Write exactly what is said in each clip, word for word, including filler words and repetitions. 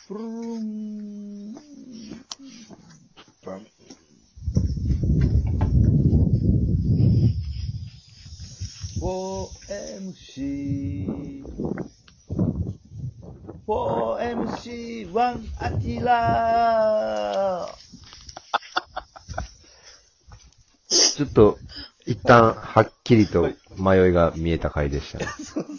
ブルーン。バン。フォーエムシー。フォーエムシーワン アキラー。 ちょっと、一旦、はっきりと迷いが見えた回でしたね。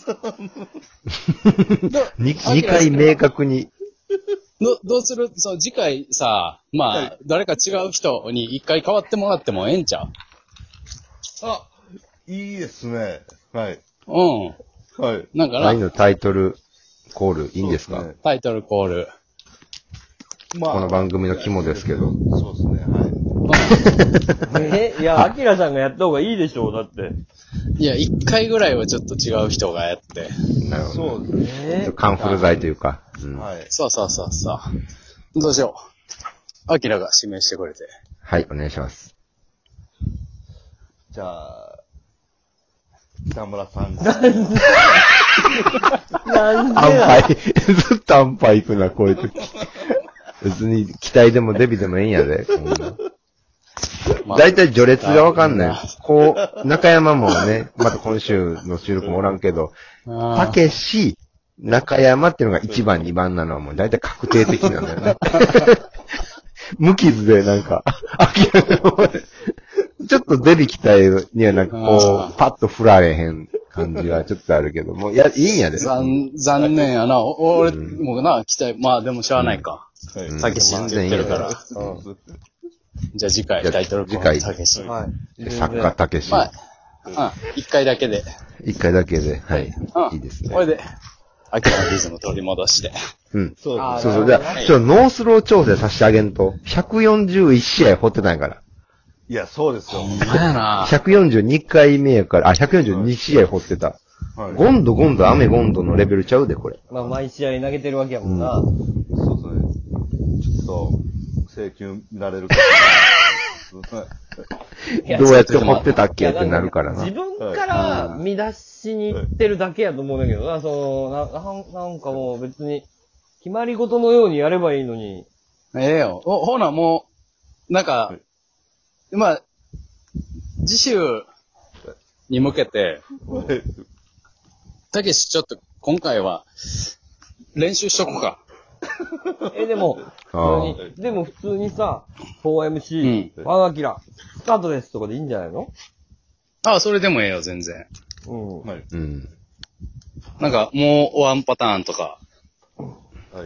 ににかい明確に。 ど、どうするそう、次回さ、まあ、はい、誰か違う人に一回変わってもらってもええんちゃう？ あ、いいですね。はい。 うん。はい。なんかな。 愛のタイトルコール、いいんですか？ ね、タイトルコール。 まあ、この番組の肝ですけど。 そうですね、はい。 えいや、アキラさんがやった方がいいでしょう、だって。 いや、一回ぐらいはちょっと違う人がやって。 なるほど。 そうですね。カンフル剤というか。 うん、はい。そうそうそうそう。どうしよう。アキラが指名してくれて。 はい、お願いします。 じゃあ、北村さん。 なんで安牌。ずっと安牌行くな、こういう時。別に期待でもデビでもええんやで。だいたい序列がわかんない。こう、中山もね、また今週の収録もおらんけど、たけし、中山っていうのがいちばん、にばんなのはもうだいたい確定的なんだよね。無傷でなんか、ちょっとデビ期待にはなんかこう、パッと振られへん感じはちょっとあるけど、もういや、いいんやで。 残、残念やな。お俺もな、期待、まあでもしゃあないか。たけしって言ってるから。じゃあ次回、タイトルコール。 次回。 たけし。 はい。作家たけし。 はい。うん。一回だけで。 一回だけで。はい。いいですね。 これで、アキラのリズム取り戻して。 うん。そうそうそう。じゃあ、ちょっとノースロー調整させてあげんと、ひゃくよんじゅういち試合掘ってないから。 いや、そうですよ。 ほんまやな。 ひゃくよんじゅうにかいめやから、あ、ひゃくよんじゅうに試合掘ってた。はい。ゴンドゴンド、雨ゴンドのレベルちゃうで、これ。 まあ、毎試合投げてるわけやもんな。 うん、そうですね。ちょっと、請求見られるかな。どうやって掘ってたっけってなるからな。 自分から見出しに行ってるだけやと思うんだけどな、その、な、なんかもう別に、決まり事のようにやればいいのに。 ええよ。お、ほな、もう、なんか、まあ、次週に向けて、たけしちょっと今回は練習しとこうか。 え、でも、普通に、でも普通にさ、フォーエムシー、ワンアキラ、スタートですとかでいいんじゃないの？ ああ、それでもええよ、全然。 うん。 はい。うん。 なんか、もうワンパターンとか。 はい。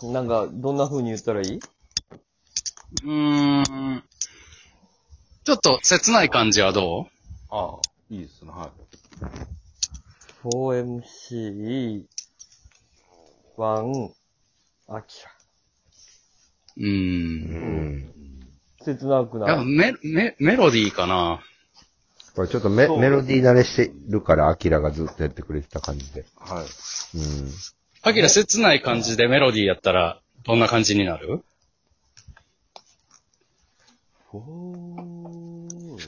なんか、どんな風に言ったらいい？ うーん。ちょっと切ない感じはどう？ ああ、いいですね、はい。 フォーエムシー、ワン、アキラ。 うーん。うん。 切なくない？ やっぱメ、メ、メロディーかな。 これちょっとメ、メロディー慣れしてるから、アキラがずっとやってくれてた感じで。 はい。 うん。 アキラ切ない感じでメロディーやったら、どんな感じになる？ フォー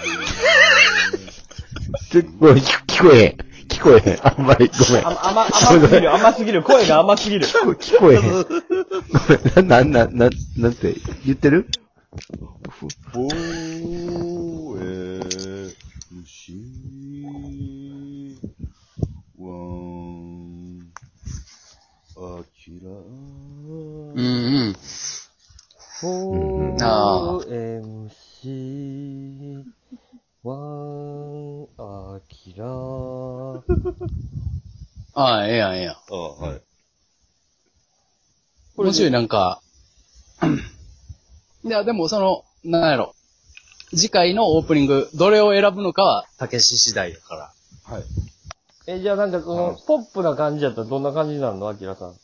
結構聞こえへん。聞こえへん。あんまり、ごめん。 あ、甘、甘すぎる、甘すぎる。声が甘すぎる。 聞こ聞こえへん。ごめん。な、な、な、な、なんて言ってる？ フォーエムシーワンアキラうんうん。 フォーエムシーワンアキラああ、ええやん、ええやん。 ああ、はい。 もうちょいなんか、いや、でもその、なんやろ。次回のオープニング、どれを選ぶのかは、たけし次第だから。 はい。 え、じゃあなんかその、ポップな感じやったらどんな感じになるの？アキラさん。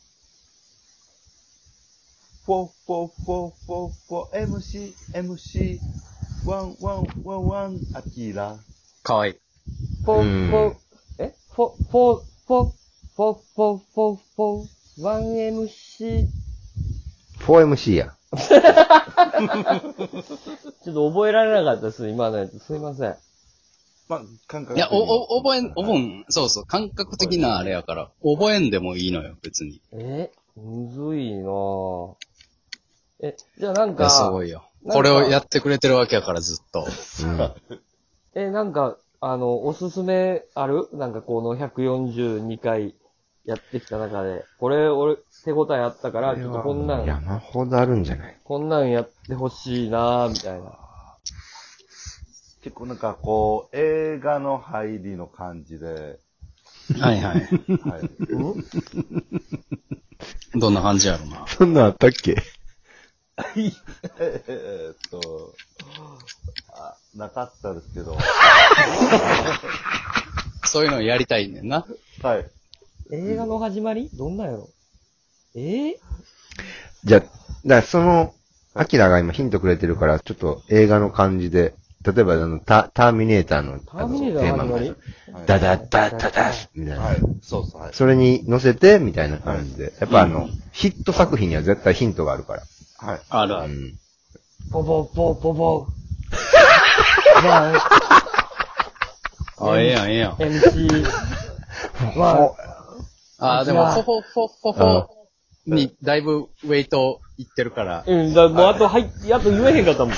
フォーフォーフォーフォーフォーエムシーエムシーワンワンワンワンアキラ。 かわいい。 フォーフォー、えフォーフォーフォーフォーフォーフォーフォーワンエムシー。 フォーエムシー や。 ちょっと覚えられなかったです、今のやつ。すいません。 まあ、感覚いや、お、お、覚えん、覚えん、そうそう、感覚的なあれやから、覚えんでもいいのよ、別に。 えむずいなぁ。え、じゃあなんか、 いや、すごいよ。これをやってくれてるわけやから、ずっと。 うん。 え、なんか、あの、おすすめある？なんかこのひゃくよんじゅうにかいやってきた中で、これ俺手応えあったから、ちょっとこんなん、 山ほどあるんじゃない？ こんなんやってほしいなぁ、みたいな。 結構なんかこう、映画の入りの感じで、 はいはい。 はい。 どんな感じやろな。 そんなんあったっけ？ えーっと、あ、なかったですけど。 そういうのをやりたいねんな。 はい。 映画の始まりどんなんやろ？えー、 じゃあ、だからその、アキラが今ヒントくれてるから、ちょっと映画の感じで、例えばあの、タターミネーターの、 ターミネーターの始まり？ ダダッダッダダッみたいな。 はい。そうそう、はい。 それに乗せて、みたいな感じで。やっぱあの、ヒット作品には絶対ヒントがあるから。 はい。 あるある。 うん。 ポポポポポ。ワン。 あ、ええやん、ええやん。 エムシー。ワン。 あ、でも、フォフォフォフォフォにだいぶウェイトいってるから。 うん、だもうあと、はい、やっと言えへんかったもん。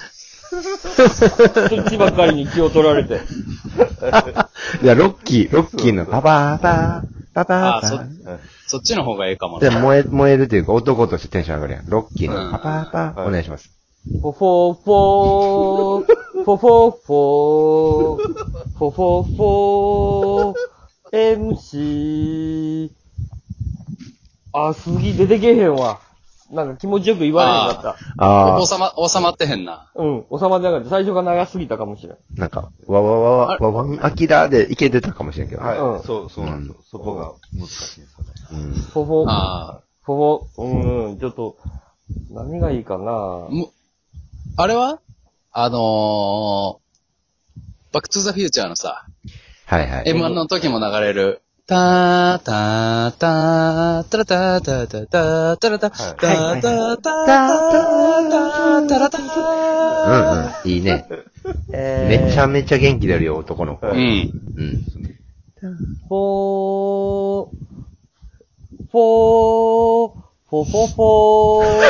そっちばっかりに気を取られて。 いや、ロッキー、ロッキーのパパーパー、パパーあ、そ、 パー。 そっちの方がええかもで、 な。 燃え、燃えるというか男としてテンション上がるやん。ロッキーのパパーパー、お願いします。 フォフォフォー、フォフォフォー、フォフォフォー、エムシー。あ、次出てけへんわ。なんか気持ちよく言われへんかった。 ああ。 収ま、収まってへんな。 うん、収まってなかった。最初が長すぎたかもしれん。 なんか、わわわわ、わわん、あきらでいけてたかもしれんけど。 はい。 うんそう、そうなんですよ。そこが難しいんですよね。 うん。 フォフォ、 あフォフォ、うん、ちょっと、何がいいかなあ。む、あれはあのー、バックトゥザフューチャーのさ、 はいはい。 エムワン の時も流れる、たーたーたー、たらたーたーたーたー、たらたー、たーたーたーたー、たらたー。 うんうん。いいね。 えー、 めちゃめちゃ元気出るよ、男の子。 うん。 うん。 フォー、フォー、フォフォフォー、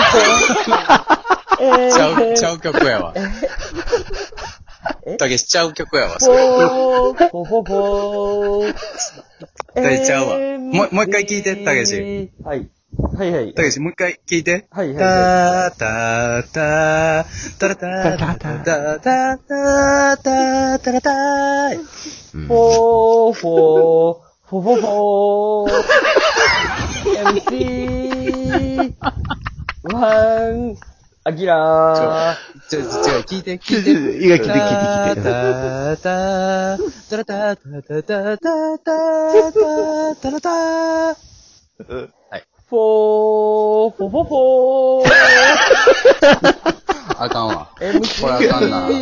えー、 ちゃう、ちゃう曲やわ。たけしちゃう曲やわ、それ。 フォー、フォフォフォー、 たけしちゃうわ。もう、もう一回聞いて、たけし。 はい。はいはい。 たけし、もう一回聞いて。 はいはいたーたーたー、たらたーたーたーたーたーたーたらたー。 フォー、フォー、フォフォフォー、エムシー、ワン、アキラー。 ちょ、ちょ、聞いて、聞いて。 いや、聞いて聞いて聞いて。 たーたー、たらたーたーたーたーたーたーたらたー。はい。 フォー、フォフォフォー。 あかんわ。 エムシー。 これあかんな。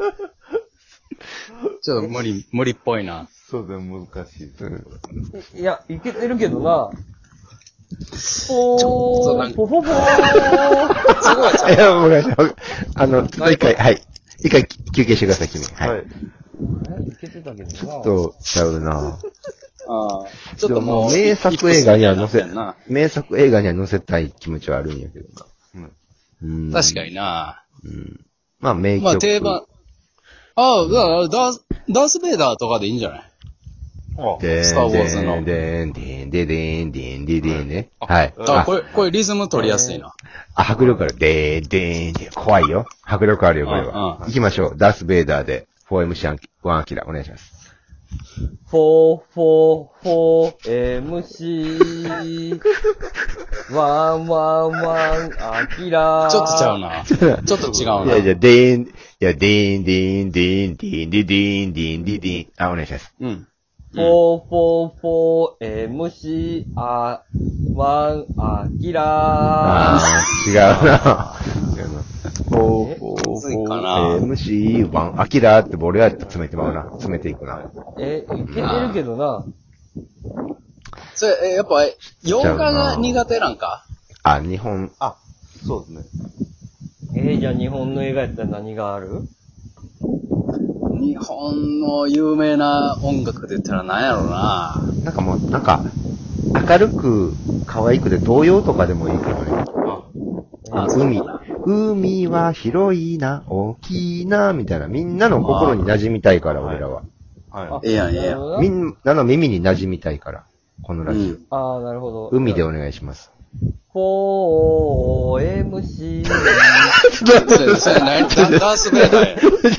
ちょっと無理、無理っぽいな。 そうでも難しいです。うんいや、いけてるけどな。フちょっとなォー、 んかフォフォフォー。 すごいちゃいや、もう、あの、ちょっと一回、はい。一回休憩してください、君。はい。 はい。 いけてたけどな。 ちょっと、ちゃうなああ。ちょっともう、 名作映画には載せ一歩進んだな、 名作映画には載せたい気持ちはあるんやけどな。うん。 確かにな。 うん。まあ、名曲。 まあ定番。ああ、だからダース、ダースベイダーとかでいいんじゃないでスターウォーズのでんでんでんでんでんでんでんね。はい。 あ、これ、これリズム取りやすいな。 あ、迫力ある。でーんでんでん。怖いよ。迫力あるよ、これうんうは。 ん行きましょう。ダース・ベイダーで、フォーエムシーワンアキラ、お願いします。 フォー、フォー、フォー、エムシー、ワン、ワン、ワン、アキラー。 ちょっとちゃうな。ちょっと違うな。 いや、じゃあ、でーん、いや、でーん、でーん、でーん、でーん、でーん、でーん、でーん、でーん。あ、お願いします。 うん。 フォー、フォー、フォー、エムシー、あ、ワン、アキラー。 あー、違うな。違うな。フォー、フォー、 むずいフォかなー、エムシーワン、アキラーって俺は詰めてまうな。詰めていくな。 え、いけてるけどな。 それ、えやっぱ、洋画が苦手なんかあ、日本、 あ、そうですね。 えー、じゃあ日本の映画やったら何がある？ 日本の有名な音楽で言ったら何やろうな。 なんかもう、なんか、 明るく、可愛くで童謡とかでもいいけどね。 あ、 海。海は広いな、大きいな、みたいな。みんなの心に馴染みたいから、俺らは。 はええやん、ええやん。 みんなの耳に馴染みたいから。このラジオ。 ああ、なるほど。 海でお願いします。 フォーエムシー。 それ、それ何、ダースベイダーや。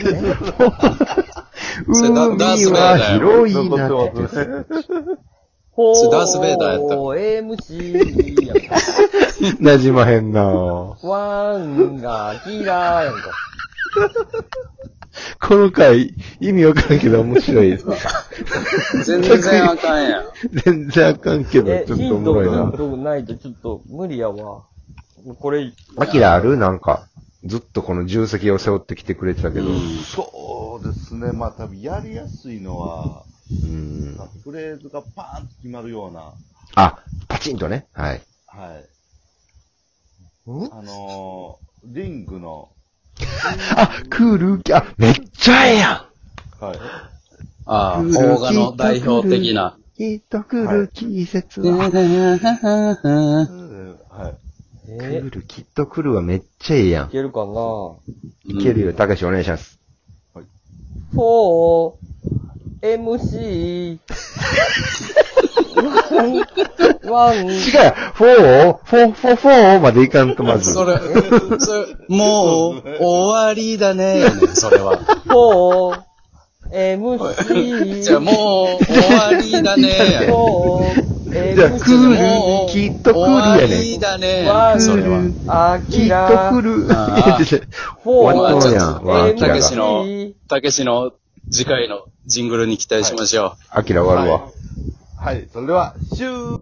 それダダース海ベイダーや。 は広いなって。 それダースベイダーやったフォーエムシーやんか。 馴染まへんなぁ。 ワンがキラーやんか。 この回、意味わからんけど面白いです。 全然あかんやん。 全然あかんけど、 え、 ちょっヒント、 とおもろいヒンな。 トないとちょっと無理やわ。これ、 アキラあるなんか、ずっとこの重責を背負ってきてくれてたけど。 うんい。そうですね。まあ多分やりやすいのは、 うんフレーズがパーンと決まるような、 あ、パチンとね。はい。 はい。 んあのー、リングの、 あ、クールキあ、めっちゃええやはい。 ああ、 ん。 邦画の代表的な。 きっと来る季節はは。 うんはい。 えクールきっと来るはめっちゃええやんい。けるかな？ いけるよ、たかしお願いします。 フォーエムシー。ワン。 違う、フォー、フォー、フォー、フォーまでいかんとまず。 それ、それ、もう、終わりだね、やねんそれは。 フォーエムシー。 じゃあもう、終わりだね、やねんフォーじゃあ、 エムシクー。 ール、きっと来るや終わねん。 りだね、やワンねんそれは。 アきっとキラ。 来る。 ああフ終ォわっとるやん、 ーワンアキラがたけし。の、たけしの次回のジングルに期待しましょう。 アキラ終わるわ。 はい。それでは、終